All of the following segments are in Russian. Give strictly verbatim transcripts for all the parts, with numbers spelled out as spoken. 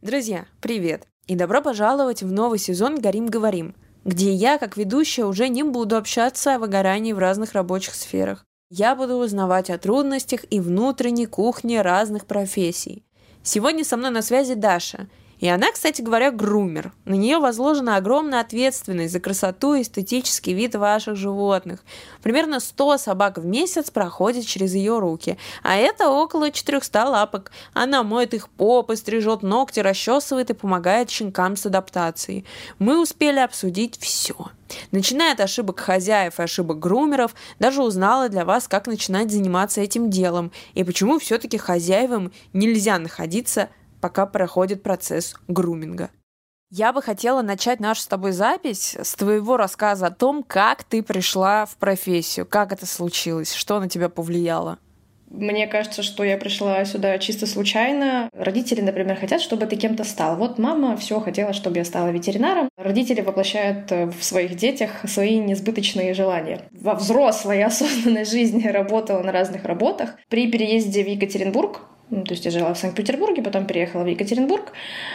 Друзья, привет! И добро пожаловать в новый сезон «Горим-говорим», где я, как ведущая, уже не буду общаться о выгорании в разных рабочих сферах. Я буду узнавать о трудностях и внутренней кухне разных профессий. Сегодня со мной на связи Даша. И она, кстати говоря, грумер. На нее возложена огромная ответственность за красоту и эстетический вид ваших животных. Примерно сто собак в месяц проходит через ее руки. А это около четыреста лапок. Она моет их попы, стрижет ногти, расчесывает и помогает щенкам с адаптацией. Мы успели обсудить все. Начиная от ошибок хозяев и ошибок грумеров, даже узнала для вас, как начинать заниматься этим делом. И почему все-таки хозяевам нельзя находиться, пока проходит процесс груминга. Я бы хотела начать нашу с тобой запись с твоего рассказа о том, как ты пришла в профессию, как это случилось, что на тебя повлияло. Мне кажется, что я пришла сюда чисто случайно. Родители, например, хотят, чтобы ты кем-то стал. Вот мама все хотела, чтобы я стала ветеринаром. Родители воплощают в своих детях свои несбыточные желания. Во взрослой осознанной жизни работала на разных работах. При переезде в Екатеринбург, то есть я жила в Санкт-Петербурге, потом переехала в Екатеринбург.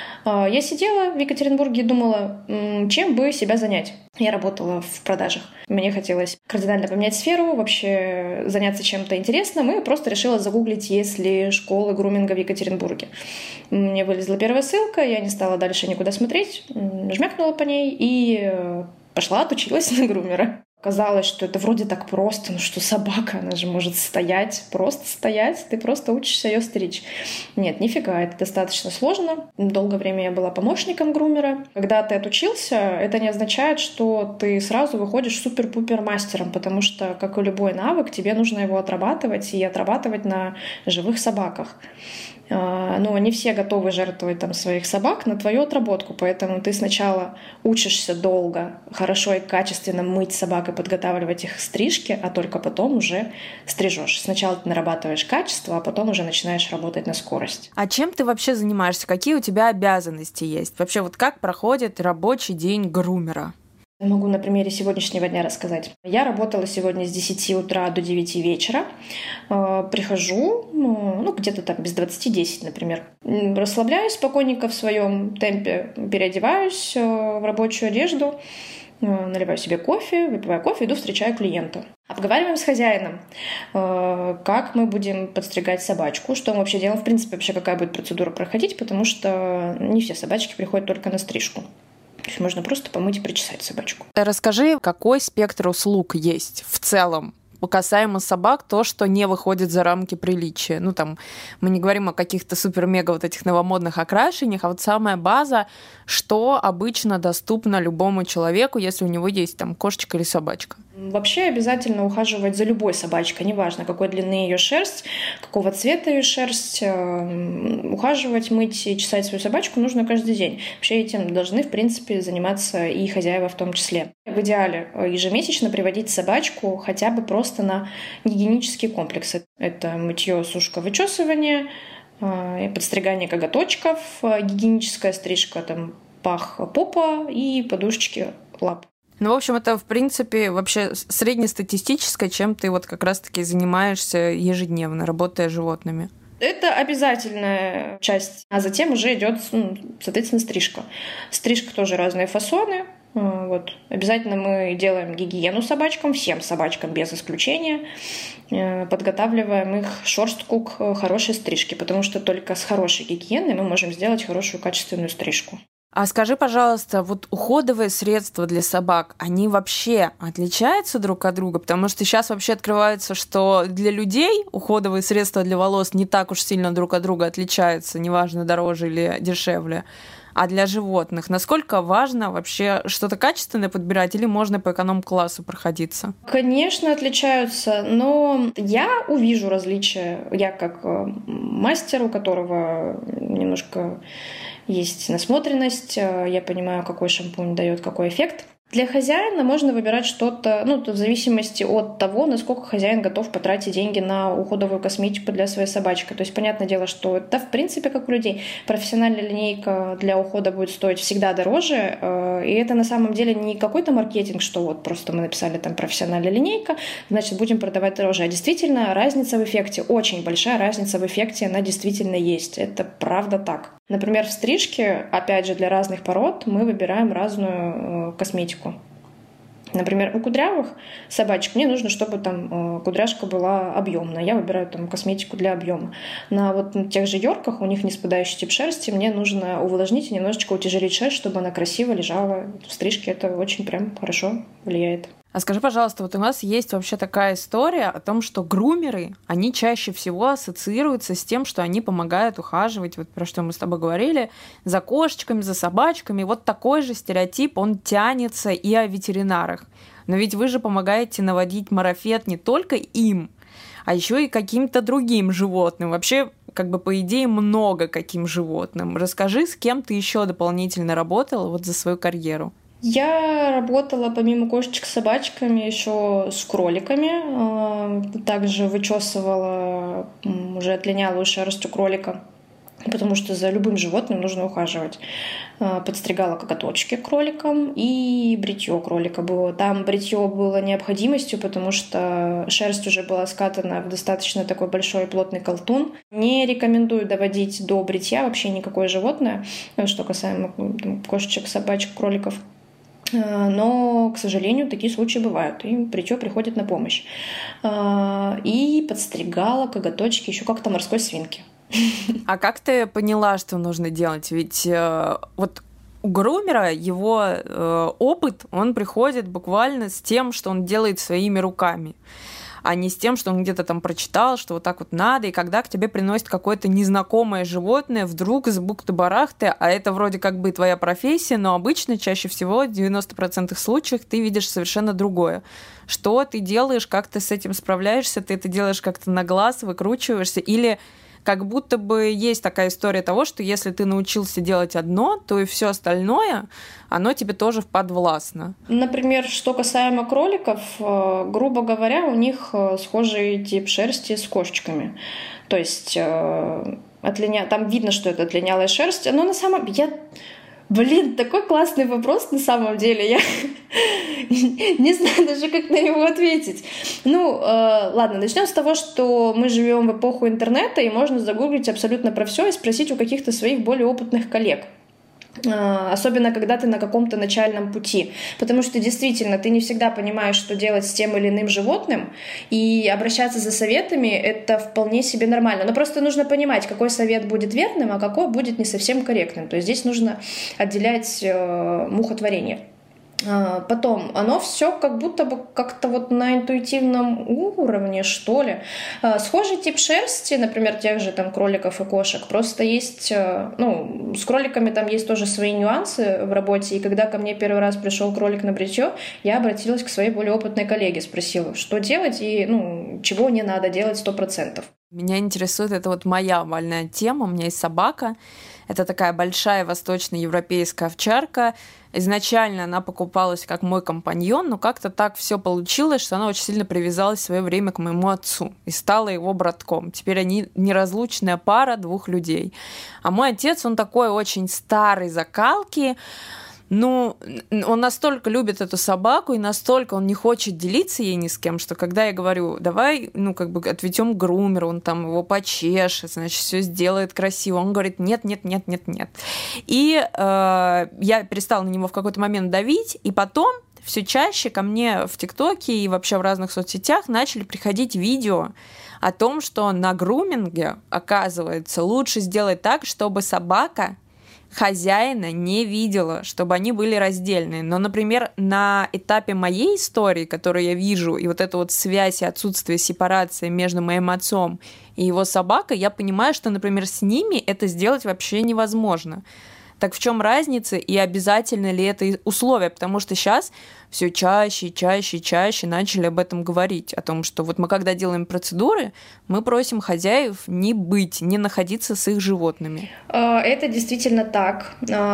Я сидела в Екатеринбурге и думала, чем бы себя занять. Я работала в продажах. Мне хотелось кардинально поменять сферу, вообще заняться чем-то интересным, и просто решила загуглить, есть ли школы груминга в Екатеринбурге. Мне вылезла первая ссылка, я не стала дальше никуда смотреть, жмякнула по ней и пошла, отучилась на грумера. Казалось, что это вроде так просто, ну что собака, она же может стоять, просто стоять, ты просто учишься ее стричь. Нет, нифига, это достаточно сложно. Долгое время я была помощником грумера. Когда ты отучился, это не означает, что ты сразу выходишь супер-пупер мастером, потому что, как и любой навык, тебе нужно его отрабатывать и отрабатывать на живых собаках. Но не все готовы жертвовать там своих собак на твою отработку, поэтому ты сначала учишься долго, хорошо и качественно мыть собак и подготавливать их к стрижке, а только потом уже стрижешь. Сначала ты нарабатываешь качество, а потом уже начинаешь работать на скорость. А чем ты вообще занимаешься? Какие у тебя обязанности есть? Вообще, вот как проходит рабочий день грумера? Могу на примере сегодняшнего дня рассказать. Я работала сегодня с десяти утра до девяти вечера. Прихожу, ну, где-то так, без двадцати десять, например. Расслабляюсь спокойненько в своем темпе, переодеваюсь в рабочую одежду, наливаю себе кофе, выпиваю кофе, иду встречаю клиента. Обговариваем с хозяином, как мы будем подстригать собачку, что мы вообще делаем, в принципе, вообще какая будет процедура проходить, потому что не все собачки приходят только на стрижку. То есть можно просто помыть и причесать собачку. Расскажи, какой спектр услуг есть в целом касаемо собак, то, что не выходит за рамки приличия. Ну, там, мы не говорим о каких-то супер-мега вот этих новомодных окрашениях, а вот самая база, что обычно доступно любому человеку, если у него есть там кошечка или собачка. Вообще обязательно ухаживать за любой собачкой, неважно, какой длины ее шерсть, какого цвета ее шерсть. Ухаживать, мыть и чесать свою собачку нужно каждый день. Вообще этим должны, в принципе, заниматься и хозяева в том числе. В идеале ежемесячно приводить собачку хотя бы просто на гигиенические комплексы. Это мытье, сушка, вычесывание, подстригание коготочков, гигиеническая стрижка, там, пах, попа и подушечки лап. Ну, в общем, это, в принципе, вообще среднестатистическое, чем ты вот как раз-таки занимаешься ежедневно, работая с животными. Это обязательная часть, а затем уже идет, ну, соответственно, стрижка. Стрижка тоже разные фасоны. Вот. Обязательно мы делаем гигиену собачкам, всем собачкам без исключения, подготавливаем их шерстку к хорошей стрижке, потому что только с хорошей гигиеной мы можем сделать хорошую качественную стрижку. А скажи, пожалуйста, вот уходовые средства для собак, они вообще отличаются друг от друга? Потому что сейчас вообще открывается, что для людей уходовые средства для волос не так уж сильно друг от друга отличаются, неважно, дороже или дешевле. А для животных насколько важно вообще что-то качественное подбирать или можно по эконом-классу проходиться? Конечно, отличаются, но я увижу различия. Я как мастер, у которого немножко есть насмотренность, я понимаю, какой шампунь дает какой эффект. Для хозяина можно выбирать что-то, ну, в зависимости от того, насколько хозяин готов потратить деньги на уходовую косметику для своей собачки. То есть, понятное дело, что это, в принципе, как у людей. Профессиональная линейка для ухода будет стоить всегда дороже, и это на самом деле не какой-то маркетинг, что вот просто мы написали там профессиональная линейка, значит, будем продавать дороже. А действительно, разница в эффекте, очень большая разница в эффекте, она действительно есть. Это правда так. Например, в стрижке, опять же, для разных пород мы выбираем разную косметику. Например, у кудрявых собачек мне нужно, чтобы там кудряшка была объемная. Я выбираю там косметику для объема. На вот на тех же йорках, у них не спадающий тип шерсти, мне нужно увлажнить и немножечко утяжелить шерсть, чтобы она красиво лежала. В стрижке это очень прям хорошо влияет. А скажи, пожалуйста, вот у нас есть вообще такая история о том, что грумеры, они чаще всего ассоциируются с тем, что они помогают ухаживать, вот про что мы с тобой говорили, за кошечками, за собачками. Вот такой же стереотип, он тянется и о ветеринарах. Но ведь вы же помогаете наводить марафет не только им, а еще и каким-то другим животным. Вообще, как бы по идее, много каким животным. Расскажи, с кем ты еще дополнительно работала вот за свою карьеру? Я работала помимо кошечек с собачками еще с кроликами. Также вычесывала уже отлинялую шерсть у кролика, потому что за любым животным нужно ухаживать. Подстригала коготочки кроликам, и бритье кролика было. Там бритье было необходимостью, потому что шерсть уже была скатана в достаточно такой большой плотный колтун. Не рекомендую доводить до бритья вообще никакое животное, что касаемо кошечек, собачек, кроликов. Но, к сожалению, такие случаи бывают, и бритье приходит на помощь. И подстригала коготочки еще как-то морской свинки. А как ты поняла, что нужно делать? Ведь э, вот у грумера его э, опыт, он приходит буквально с тем, что он делает своими руками, а не с тем, что он где-то там прочитал, что вот так вот надо, и когда к тебе приносит какое-то незнакомое животное, вдруг с бухты-барахты, а это вроде как бы твоя профессия, но обычно, чаще всего, в девяноста процентах случаев ты видишь совершенно другое. Что ты делаешь, как ты с этим справляешься, ты это делаешь как-то на глаз, выкручиваешься, или как будто бы есть такая история того, что если ты научился делать одно, то и все остальное, оно тебе тоже подвластно. Например, что касаемо кроликов, грубо говоря, у них схожий тип шерсти с кошечками. То есть отлиня... там видно, что это отлинялая шерсть, но на самом деле... Блин, такой классный вопрос на самом деле. Я не знаю даже, как на него ответить. Ну, э, ладно, начнем с того, что мы живем в эпоху интернета, и можно загуглить абсолютно про все и спросить у каких-то своих более опытных коллег. Особенно, когда ты на каком-то начальном пути. Потому что действительно ты не всегда понимаешь, что делать с тем или иным животным, и обращаться за советами — это вполне себе нормально. Но просто нужно понимать, какой совет будет верным, а какой будет не совсем корректным. То есть здесь нужно отделять э, мухотворение. Потом, оно все как будто бы как-то вот на интуитивном уровне, что ли. Схожий тип шерсти, например, тех же там кроликов и кошек, просто есть, ну, с кроликами там есть тоже свои нюансы в работе, и когда ко мне первый раз пришел кролик на бритье, я обратилась к своей более опытной коллеге, спросила, что делать и, ну, чего не надо делать сто процентов. Меня интересует, это вот моя больная тема, у меня есть собака, это такая большая восточноевропейская овчарка. Изначально она покупалась как мой компаньон, но как-то так все получилось, что она очень сильно привязалась в свое время к моему отцу и стала его братком. Теперь они неразлучная пара двух людей. А мой отец, он такой очень старый закалки. Ну, он настолько любит эту собаку, и настолько он не хочет делиться ей ни с кем, что когда я говорю, давай, ну, как бы отведем к грумеру, он там его почешет, значит, все сделает красиво, он говорит, нет, нет, нет, нет, нет. И э, я перестала на него в какой-то момент давить, и потом все чаще ко мне в ТикТоке и вообще в разных соцсетях начали приходить видео о том, что на груминге, оказывается, лучше сделать так, чтобы собака хозяина не видела, чтобы они были раздельные. Но, например, на этапе моей истории, которую я вижу, и вот эта вот связь и отсутствие сепарации между моим отцом и его собакой, я понимаю, что, например, с ними это сделать вообще невозможно. Так в чем разница и обязательно ли это условие? Потому что сейчас все чаще, чаще, чаще начали об этом говорить, о том, что вот мы когда делаем процедуры, мы просим хозяев не быть, не находиться с их животными. Это действительно так.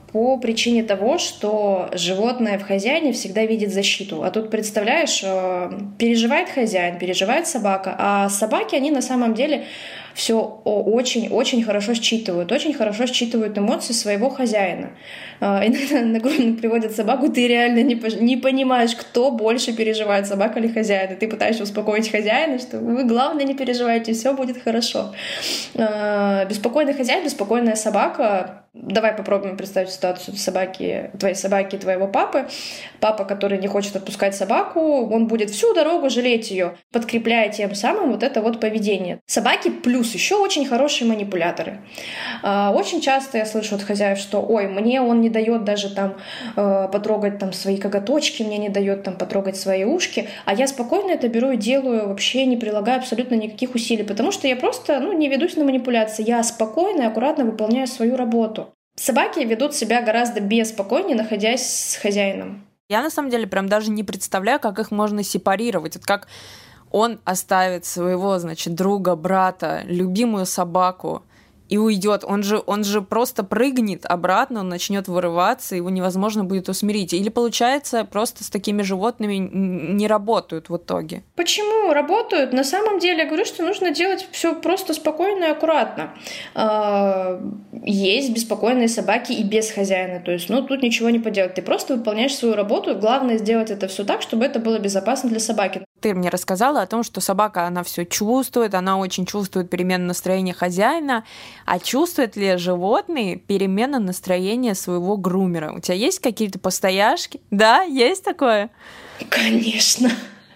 по причине того, что животное в хозяине всегда видит защиту. А тут, представляешь, переживает хозяин, переживает собака, а собаки, они на самом деле все очень-очень хорошо считывают, очень хорошо считывают эмоции своего хозяина. Иногда на грудь приводят собаку, ты реально не, не понимаешь, кто больше переживает, собака или хозяин. И ты пытаешься успокоить хозяина, что вы, главное, не переживайте, все будет хорошо. Беспокойный хозяин, беспокойная собака. Давай попробуем представить ситуацию собаки, твоей собаки, твоего папы. Папа, который не хочет отпускать собаку, он будет всю дорогу жалеть ее, подкрепляя тем самым вот это вот поведение. Собаки плюс еще очень хорошие манипуляторы. Очень часто я слышу от хозяев, что ой, мне он не дает даже там потрогать там свои коготочки, мне не дает там потрогать свои ушки, а я спокойно это беру и делаю, вообще не прилагая абсолютно никаких усилий, потому что я просто ну, не ведусь на манипуляции, я спокойно и аккуратно выполняю свою работу. Собаки ведут себя гораздо беспокойнее, находясь с хозяином. Я на самом деле прям даже не представляю, как их можно сепарировать. Вот как он оставит своего, значит, друга, брата, любимую собаку и уйдет. Он же, он же просто прыгнет обратно, он начнет вырываться, его невозможно будет усмирить. Или, получается, просто с такими животными не работают в итоге? Почему работают? На самом деле, я говорю, что нужно делать все просто спокойно и аккуратно. Есть беспокойные собаки и без хозяина. То есть, ну, тут ничего не поделать. Ты просто выполняешь свою работу. Главное сделать это все так, чтобы это было безопасно для собаки. Ты мне рассказала о том, что собака, она все чувствует, она очень чувствует перемену настроения хозяина. А чувствует ли животные перемену настроения своего грумера? У тебя есть какие-то постояшки? Да, есть такое? Конечно.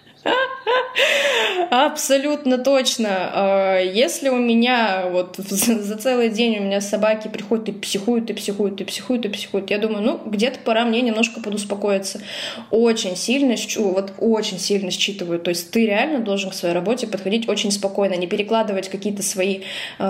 Абсолютно точно. Если у меня вот за целый день у меня собаки приходят и психуют, и психуют, и психуют, и психуют, я думаю, ну, где-то пора мне немножко подуспокоиться. Очень сильно, вот очень сильно считываю. То есть ты реально должен к своей работе подходить очень спокойно, не перекладывать какие-то свои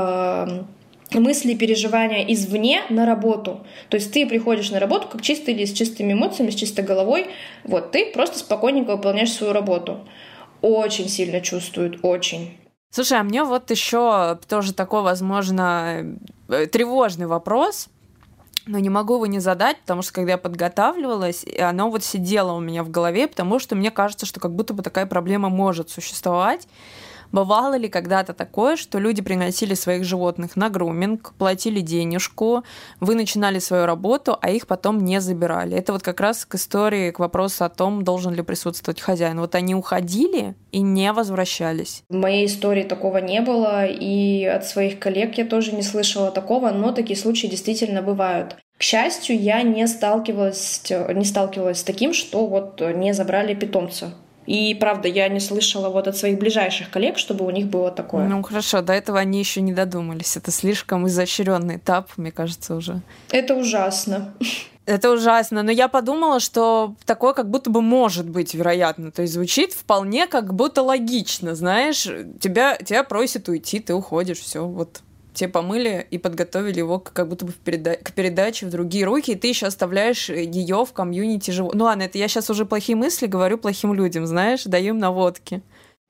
мысли и переживания извне на работу. То есть ты приходишь на работу как чистый лист, с чистыми эмоциями, с чистой головой. Вот, ты просто спокойненько выполняешь свою работу. Очень сильно чувствуют, очень. Слушай, а мне вот еще тоже такой, возможно, тревожный вопрос, но не могу его не задать, потому что когда я подготавливалась, оно вот сидело у меня в голове, потому что мне кажется, что как будто бы такая проблема может существовать. Бывало ли когда-то такое, что люди приносили своих животных на груминг, платили денежку, вы начинали свою работу, а их потом не забирали? Это вот как раз к истории, к вопросу о том, должен ли присутствовать хозяин. Вот они уходили и не возвращались. В моей истории такого не было, и от своих коллег я тоже не слышала такого, но такие случаи действительно бывают. К счастью, я не сталкивалась, не сталкивалась с таким, что вот не забрали питомца. И, правда, я не слышала вот от своих ближайших коллег, чтобы у них было такое. Ну, хорошо, до этого они еще не додумались. Это слишком изощренный этап, мне кажется, уже. Это ужасно. Это ужасно, но я подумала, что такое как будто бы может быть, вероятно. То есть звучит вполне как будто логично, знаешь. Тебя, тебя просят уйти, ты уходишь, все, вот. Тебе помыли и подготовили его как будто бы в переда- к передаче в другие руки, и ты еще оставляешь ее в комьюнити животных. Ну ладно, это я сейчас уже плохие мысли говорю плохим людям, знаешь, даю им наводки.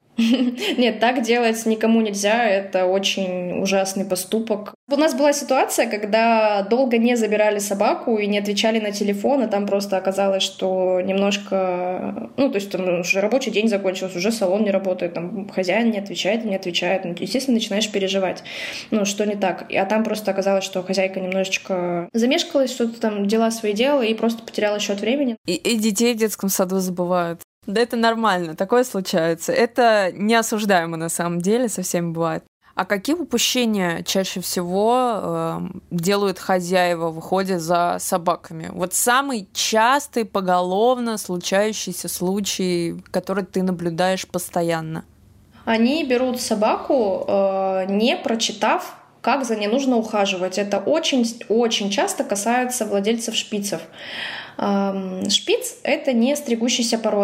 Нет, так делать никому нельзя, это очень ужасный поступок. У нас была ситуация, когда долго не забирали собаку и не отвечали на телефон, и там просто оказалось, что немножко... Ну, то есть там уже рабочий день закончился, уже салон не работает, там хозяин не отвечает, не отвечает. Ну, естественно, начинаешь переживать, ну, что не так. А там просто оказалось, что хозяйка немножечко замешкалась, что-то там дела свои делала и просто потеряла счет времени. И, и детей в детском саду забывают. Да это нормально, такое случается. Это не осуждаемо на самом деле, со всеми бывает. А какие упущения чаще всего э, делают хозяева в уходе за собаками? Вот самый частый, поголовно случающийся случай, который ты наблюдаешь постоянно. Они берут собаку, э, не прочитав, как за ней нужно ухаживать. Это очень-очень часто касается владельцев шпицев. Шпиц — это не стригущаяся порода.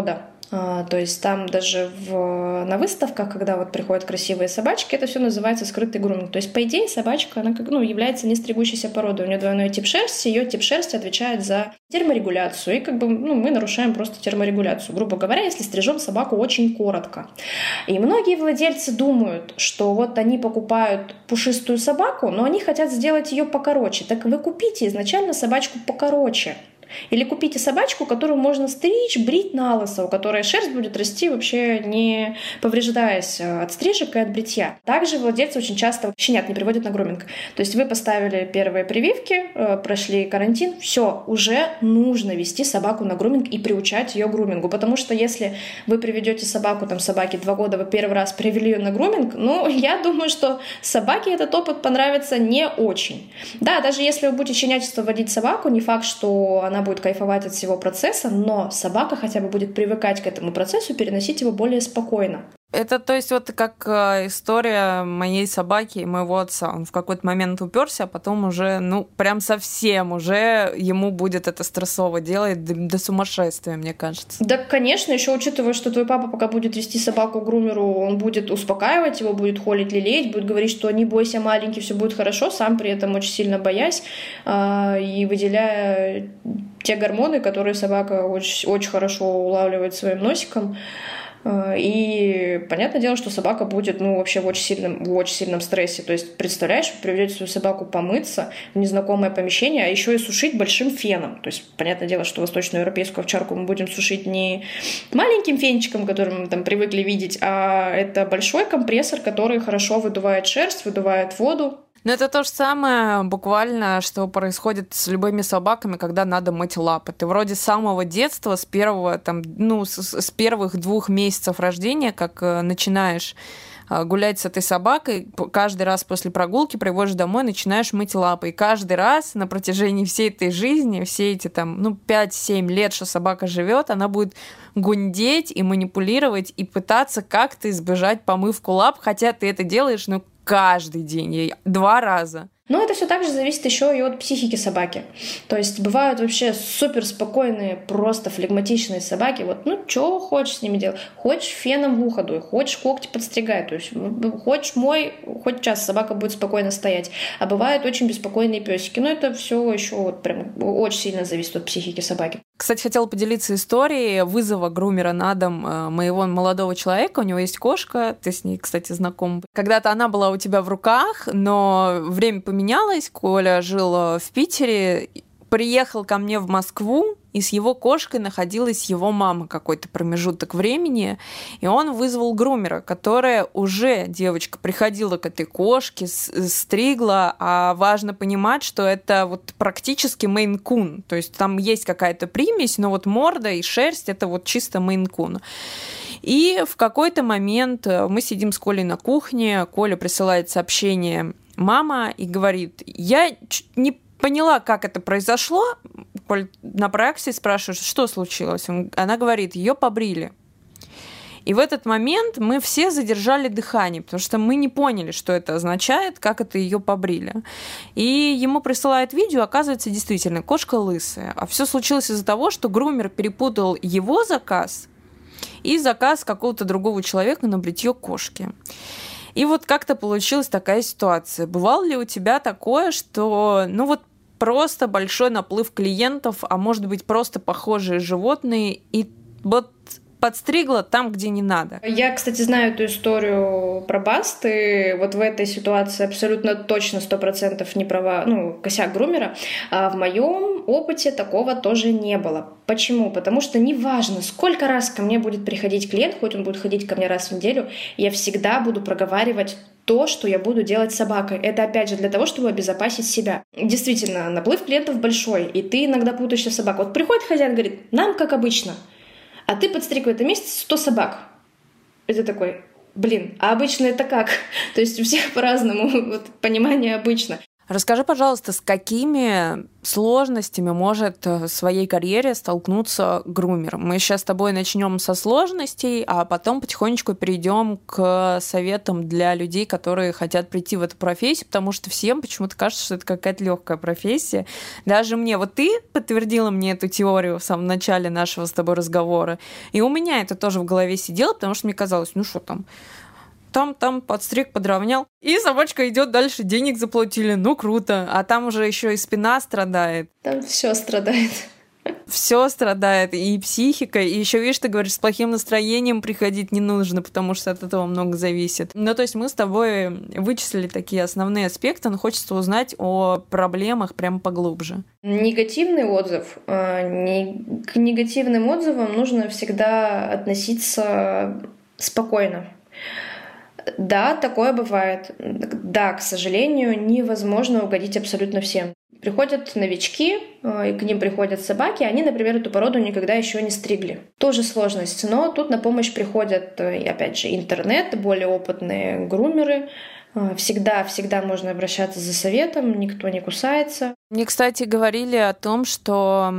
А, то есть там даже в, на выставках, когда вот приходят красивые собачки, это все называется скрытый груминг. То есть, по идее, собачка, она как, ну, является не стригущейся породой. У нее двойной тип шерсти, ее тип шерсти отвечает за терморегуляцию. И как бы ну, мы нарушаем просто терморегуляцию. Грубо говоря, если стрижем собаку очень коротко. И многие владельцы думают, что вот они покупают пушистую собаку, но они хотят сделать ее покороче. Так вы купите изначально собачку покороче. Или купите собачку, которую можно стричь, брить на лысо, у которой шерсть будет расти вообще не повреждаясь от стрижек и от бритья. Также владельцы очень часто щенят не приводят на груминг. То есть вы поставили первые прививки, прошли карантин, все, уже нужно вести собаку на груминг и приучать ее к грумингу. Потому что если вы приведете собаку, там собаке два года, вы первый раз привели ее на груминг, ну, я думаю, что собаке этот опыт понравится не очень. Да, даже если вы будете щенячество водить собаку, не факт, что она будет кайфовать от всего процесса, но собака хотя бы будет привыкать к этому процессу, переносить его более спокойно. Это, то есть, вот как история моей собаки и моего отца. Он в какой-то момент уперся, а потом уже, ну, прям совсем уже ему будет это стрессово делать до, до сумасшествия, мне кажется. Да, конечно, еще учитывая, что твой папа, пока будет вести собаку к грумеру, он будет успокаивать его, будет холить, лелеять, будет говорить, что не бойся, маленький, все будет хорошо, сам при этом очень сильно боясь э, и выделяя те гормоны, которые собака очень, очень хорошо улавливает своим носиком. И понятное дело, что собака будет ну, вообще в очень, сильном, в очень сильном стрессе. То есть, представляешь, вы приведете свою собаку помыться в незнакомое помещение, а еще и сушить большим феном. То есть, понятное дело, что восточноевропейскую овчарку мы будем сушить не маленьким фенчиком, который мы там привыкли видеть, а это большой компрессор, который хорошо выдувает шерсть, выдувает воду. Но это то же самое буквально, что происходит с любыми собаками, когда надо мыть лапы. Ты вроде с самого детства, с первого, там, ну, с, с первых двух месяцев рождения, как начинаешь гулять с этой собакой, каждый раз после прогулки приводишь домой, начинаешь мыть лапы. И каждый раз на протяжении всей этой жизни, все эти там, ну, пять-семь лет, что собака живет, она будет гундеть и манипулировать, и пытаться как-то избежать помывку лап, хотя ты это делаешь, ну, каждый день, ей два раза. Но это все также зависит еще и от психики собаки. То есть бывают вообще супер спокойные, просто флегматичные собаки. Вот, ну, что хочешь с ними делать? Хочешь феном в ухо дуй, хочешь когти подстригай. То есть хочешь мой, хоть час собака будет спокойно стоять. А бывают очень беспокойные песики. Но это все еще вот прям очень сильно зависит от психики собаки. Кстати, хотела поделиться историей вызова грумера на дом моего молодого человека. У него есть кошка, ты с ней, кстати, знаком. Когда-то она была у тебя в руках, но время поменялось. Коля жил в Питере, приехал ко мне в Москву, и с его кошкой находилась его мама какой-то промежуток времени, и он вызвал грумера, которая уже, девочка, приходила к этой кошке, стригла, а важно понимать, что это вот практически мейн-кун, то есть там есть какая-то примесь, но вот морда и шерсть — это вот чисто мейн-кун. И в какой-то момент мы сидим с Колей на кухне, Коля присылает сообщение «мама» и говорит: «Я не поняла, как это произошло». Коль на практике спрашивает, что случилось. Она говорит, ее побрили. И в этот момент мы все задержали дыхание, потому что мы не поняли, что это означает, как это ее побрили. И ему присылают видео, оказывается, действительно, кошка лысая. А все случилось из-за того, что грумер перепутал его заказ и заказ какого-то другого человека на бритье кошки. И вот как-то получилась такая ситуация. Бывало ли у тебя такое, что, ну вот, просто большой наплыв клиентов, а может быть, просто похожие животные, и вот подстригла там, где не надо? Я, кстати, знаю эту историю про басты. Вот в этой ситуации абсолютно точно сто процентов не права, ну, косяк грумера. А в моем опыте такого тоже не было. Почему? Потому что неважно, сколько раз ко мне будет приходить клиент, хоть он будет ходить ко мне раз в неделю, я всегда буду проговаривать то, что я буду делать с собакой. Это, опять же, для того, чтобы обезопасить себя. Действительно, наплыв клиентов большой, и ты иногда путаешься в собаку. Вот приходит хозяин, говорит, нам как обычно, а ты подстриг в этом месте сто собак. Это такой, блин, а обычно это как? То есть у всех по-разному вот, понимание обычно. Расскажи, пожалуйста, с какими сложностями может в своей карьере столкнуться грумер? Мы сейчас с тобой начнем со сложностей, а потом потихонечку перейдем к советам для людей, которые хотят прийти в эту профессию, потому что всем почему-то кажется, что это какая-то легкая профессия. Даже мне, вот ты подтвердила мне эту теорию в самом начале нашего с тобой разговора, и у меня это тоже в голове сидело, потому что мне казалось, ну что там, там, там подстриг, подровнял, и собачка идет дальше, денег заплатили, ну круто. А там уже еще и спина страдает. Там все страдает. Все страдает, и психика, и еще, видишь, ты говоришь, с плохим настроением приходить не нужно, потому что от этого много зависит. Ну, то есть мы с тобой вычислили такие основные аспекты, но хочется узнать о проблемах прям поглубже. Негативный отзыв. К негативным отзывам нужно всегда относиться спокойно. Да, такое бывает. Да, к сожалению, невозможно угодить абсолютно всем. Приходят новички, и к ним приходят собаки, они, например, эту породу никогда еще не стригли. Тоже сложность, но тут на помощь приходят, опять же, интернет, более опытные грумеры. Всегда, всегда можно обращаться за советом, никто не кусается. Мне, кстати, говорили о том, что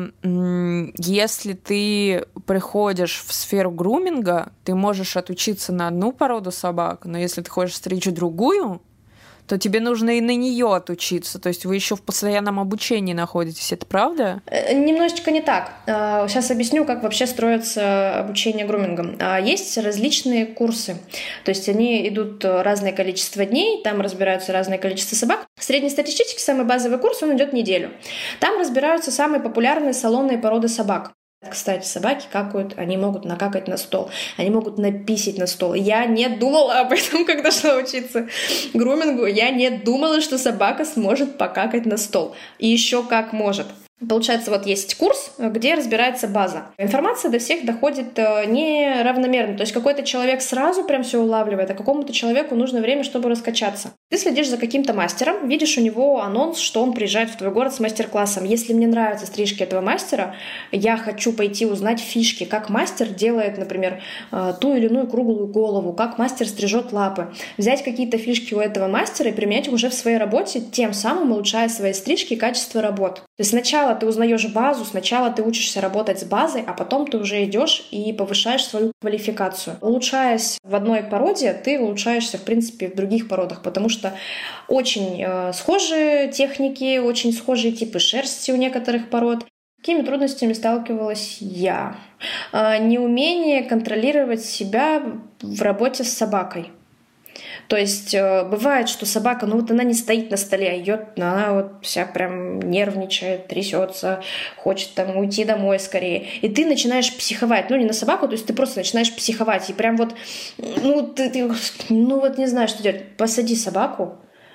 м- если ты приходишь в сферу груминга, ты можешь отучиться на одну породу собак, но если ты хочешь стричь другую, то тебе нужно и на нее отучиться. То есть вы еще в постоянном обучении находитесь. Это правда? Немножечко не так. Сейчас объясню, как вообще строится обучение грумингом. Есть различные курсы. То есть они идут разное количество дней, там разбираются разное количество собак. Среднестатистический самый базовый курс, он идет неделю. Там разбираются самые популярные салонные породы собак. Кстати, собаки какают, они могут накакать на стол, они могут написить на стол. Я не думала об этом, когда шла учиться грумингу. Я не думала, что собака сможет покакать на стол. И еще как может. Получается, вот есть курс, где разбирается база. Информация до всех доходит неравномерно. То есть какой-то человек сразу прям все улавливает, а какому-то человеку нужно время, чтобы раскачаться. Ты следишь за каким-то мастером, видишь у него анонс, что он приезжает в твой город с мастер-классом. Если мне нравятся стрижки этого мастера, я хочу пойти узнать фишки, как мастер делает, например, ту или иную круглую голову, как мастер стрижет лапы. Взять какие-то фишки у этого мастера и применять их уже в своей работе, тем самым улучшая свои стрижки и качество работ. То есть сначала ты узнаешь базу, сначала ты учишься работать с базой, а потом ты уже идешь и повышаешь свою квалификацию. Улучшаясь в одной породе, ты улучшаешься, в принципе, в других породах, потому что очень э, схожие техники, очень схожие типы шерсти у некоторых пород. С какими трудностями сталкивалась я? Э, неумение контролировать себя в работе с собакой. То есть э, бывает, что собака, ну вот она не стоит на столе, а ее, она вот вся прям нервничает, трясется, хочет там уйти домой скорее. И ты начинаешь психовать, ну не на собаку, то есть ты просто начинаешь психовать. И прям вот, ну ты, ты ну вот не знаю, что делать. Посади собаку,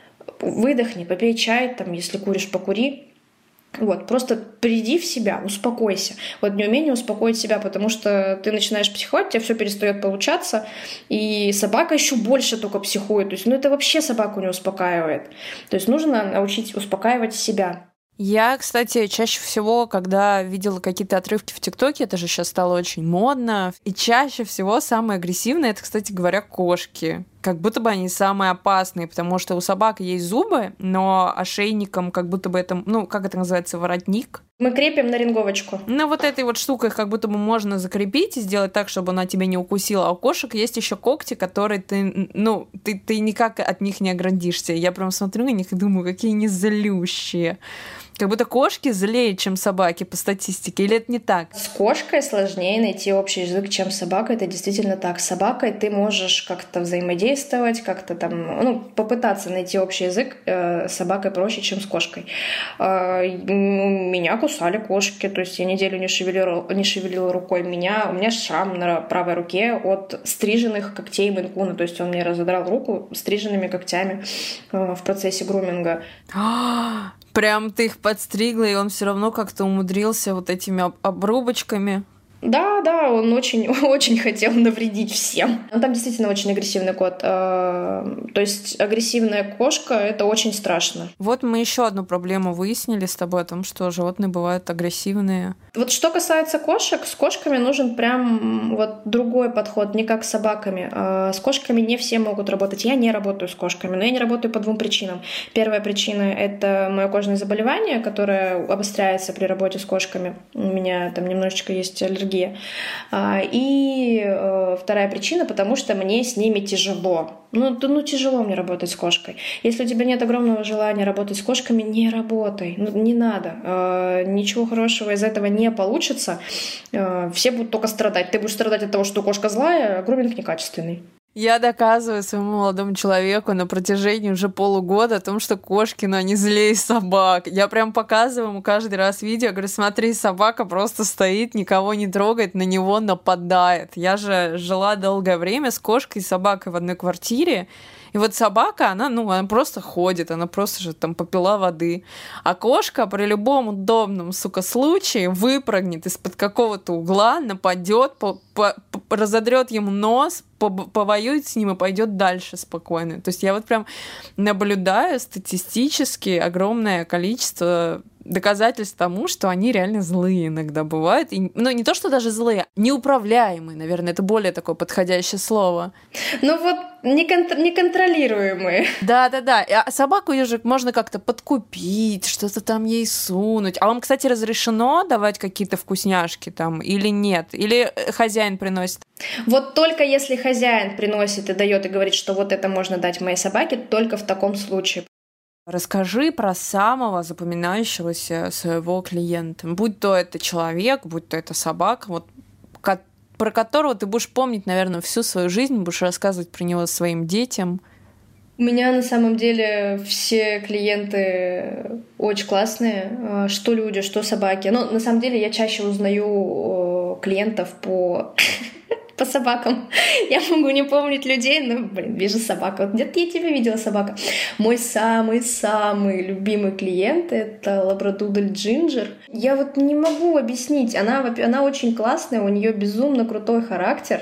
выдохни, попей чай, там, если куришь, покури. Вот, просто приди в себя, успокойся. Вот неумение успокоить себя, потому что ты начинаешь психовать, у тебя все перестает получаться, и собака еще больше только психует. То есть, ну это вообще собаку не успокаивает. То есть нужно научить успокаивать себя. Я, кстати, чаще всего, когда видела какие-то отрывки в ТикТоке, это же сейчас стало очень модно, и чаще всего самые агрессивные, это, кстати говоря, кошки. Как будто бы они самые опасные, потому что у собак есть зубы, но ошейником как будто бы это, ну, как это называется, воротник. Мы крепим на ринговочку. Ну, вот этой вот штукой как будто бы можно закрепить и сделать так, чтобы она тебя не укусила. А у кошек есть еще когти, которые ты, ну, ты, ты никак от них не оградишься. Я прям смотрю на них и думаю, какие они злющие. Как будто кошки злее, чем собаки по статистике. Или это не так? С кошкой сложнее найти общий язык, чем с собакой. Это действительно так. С собакой ты можешь как-то взаимодействовать, как-то там, ну, попытаться найти общий язык. С собакой проще, чем с кошкой. Меня кусали кошки, то есть я неделю не шевелила, не шевелила рукой. Меня, у меня шрам на правой руке от стриженных когтей мейн-куна. То есть он мне разодрал руку стриженными когтями в процессе груминга. Прям ты их подстригла, и он все равно как-то умудрился вот этими об- обрубочками. Да, да, он очень, очень хотел навредить всем. Он там действительно очень агрессивный кот. То есть агрессивная кошка — это очень страшно. Вот мы еще одну проблему выяснили с тобой о том, что животные бывают агрессивные. Вот что касается кошек, с кошками нужен прям вот другой подход, не как с собаками. С кошками не все могут работать. Я не работаю с кошками, но я не работаю по двум причинам. Первая причина — это мое кожное заболевание, которое обостряется при работе с кошками. У меня там немножечко есть аллергия. И вторая причина — потому что мне с ними тяжело. Ну, ну, тяжело мне работать с кошкой. Если у тебя нет огромного желания работать с кошками, не работай. Ну, не надо. Ничего хорошего из этого не получится. Все будут только страдать. Ты будешь страдать от того, что кошка злая, а груминг некачественный. Я доказываю своему молодому человеку на протяжении уже полугода о том, что кошки, ну, они злее собак. Я прям показываю ему каждый раз видео, говорю, смотри, собака просто стоит, никого не трогает, на него нападает. Я же жила долгое время с кошкой и собакой в одной квартире, и вот собака, она, ну, она просто ходит, она просто же там попила воды. А кошка при любом удобном, сука, случае выпрыгнет из-под какого-то угла, нападет, по- по- по- разодрет ему нос, по- повоюет с ним и пойдет дальше спокойно. То есть я вот прям наблюдаю статистически огромное количество доказательств тому, что они реально злые иногда бывают. И, ну, не то, что даже злые, неуправляемые, наверное, это более такое подходящее слово. Ну вот неконтр- неконтролируемые. Да-да-да. А собаку ее же можно как-то подкупить, что-то там ей сунуть. А вам, кстати, разрешено давать какие-то вкусняшки там или нет? Или хозяин приносит? Вот только если хозяин приносит и дает и говорит, что вот это можно дать моей собаке, только в таком случае. Расскажи про самого запоминающегося своего клиента. Будь то это человек, будь то это собака, вот, ко- про которого ты будешь помнить, наверное, всю свою жизнь, будешь рассказывать про него своим детям. У меня на самом деле все клиенты очень классные, что люди, что собаки. Но на самом деле я чаще узнаю клиентов по... по собакам. Я могу не помнить людей, но, блин, вижу собаку. Вот где-то я тебя видела, собака. Мой самый-самый любимый клиент — это лабрадудоль Джинджер. Я вот не могу объяснить. Она, она очень классная, у нее безумно крутой характер.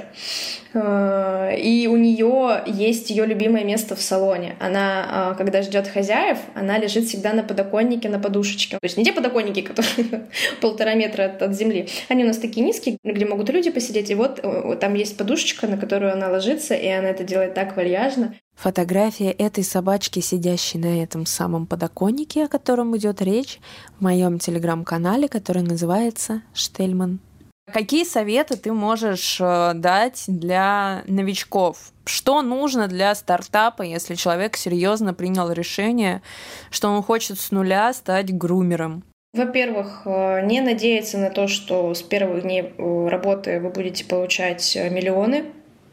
И у нее есть ее любимое место в салоне. Она, когда ждет хозяев, она лежит всегда на подоконнике, на подушечке. То есть не те подоконники, которые полтора метра от, от земли. Они у нас такие низкие, где могут люди посидеть. И вот, вот там есть подушечка, на которую она ложится, и она это делает так вальяжно. Фотография этой собачки, сидящей на этом самом подоконнике, о котором идет речь, в моем телеграм-канале, который называется «Штельман». Какие советы ты можешь дать для новичков? Что нужно для стартапа, если человек серьезно принял решение, что он хочет с нуля стать грумером? Во-первых, не надеяться на то, что с первых дней работы вы будете получать миллионы,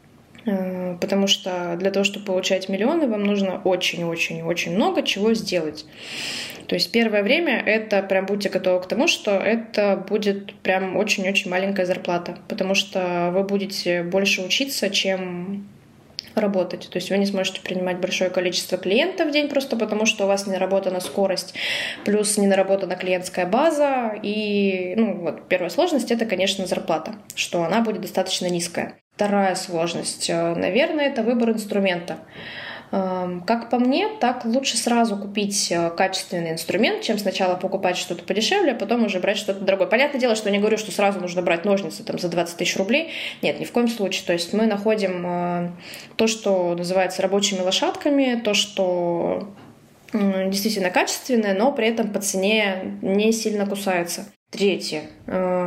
потому что для того, чтобы получать миллионы, вам нужно очень-очень-очень много чего сделать. То есть первое время это прям будьте готовы к тому, что это будет прям очень-очень маленькая зарплата, потому что вы будете больше учиться, чем работать. То есть вы не сможете принимать большое количество клиентов в день просто потому, что у вас не наработана скорость, плюс не наработана клиентская база. И ну, вот, первая сложность — это, конечно, зарплата, что она будет достаточно низкая. Вторая сложность, наверное, это выбор инструмента. Как по мне, так лучше сразу купить качественный инструмент, чем сначала покупать что-то подешевле, а потом уже брать что-то дорогое. Понятное дело, что я не говорю, что сразу нужно брать ножницы там, за двадцать тысяч рублей. Нет, ни в коем случае. То есть мы находим то, что называется рабочими лошадками, то, что действительно качественное, но при этом по цене не сильно кусается. Третье –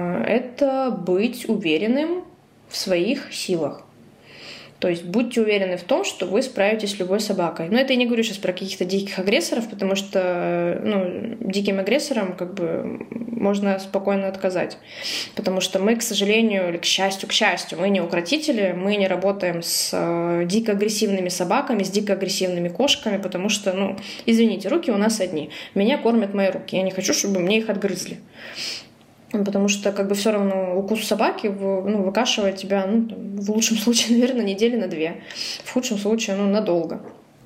это быть уверенным в своих силах. То есть будьте уверены в том, что вы справитесь с любой собакой. Но это я не говорю сейчас про каких-то диких агрессоров, потому что ну, диким агрессорам как бы можно спокойно отказать. Потому что мы, к сожалению, или к счастью, к счастью, мы не укротители, мы не работаем с э, дико агрессивными собаками, с дико агрессивными кошками, потому что, ну, извините, руки у нас одни. Меня кормят мои руки. Я не хочу, чтобы мне их отгрызли. Потому что как бы все равно укус собаки ну, выкашивает тебя, ну, там, в лучшем случае, наверное, недели на две, в худшем случае, ну, надолго.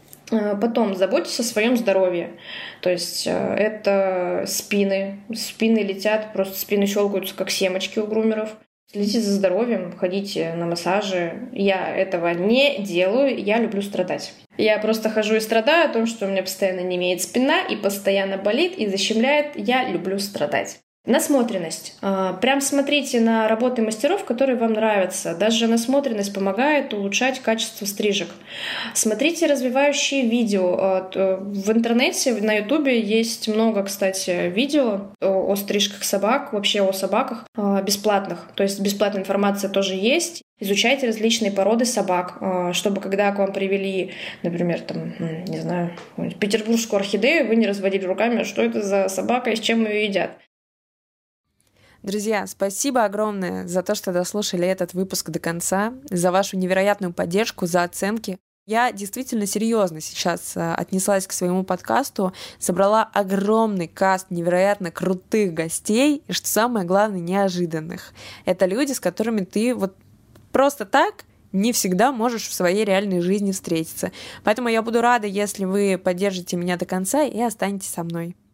Потом заботьтесь о своем здоровье. То есть это спины. Спины летят, просто спины щелкаются, как семечки у грумеров. Следите за здоровьем, ходите на массажи. Я этого не делаю, я люблю страдать. Я просто хожу и страдаю о том, что у меня постоянно немеет спина и постоянно болит и защемляет. Я люблю страдать. Насмотренность. Прям смотрите на работы мастеров, которые вам нравятся. Даже насмотренность помогает улучшать качество стрижек. Смотрите развивающие видео. В интернете, на ютубе есть много, кстати, видео о стрижках собак, вообще о собаках бесплатных. То есть бесплатная информация тоже есть. Изучайте различные породы собак, чтобы когда к вам привели, например, там, не знаю, петербургскую орхидею, вы не разводили руками, что это за собака и с чем ее едят. Друзья, спасибо огромное за то, что дослушали этот выпуск до конца, за вашу невероятную поддержку, за оценки. Я действительно серьезно сейчас отнеслась к своему подкасту, собрала огромный каст невероятно крутых гостей и, что самое главное, неожиданных. Это люди, с которыми ты вот просто так не всегда можешь в своей реальной жизни встретиться. Поэтому я буду рада, если вы поддержите меня до конца и останетесь со мной.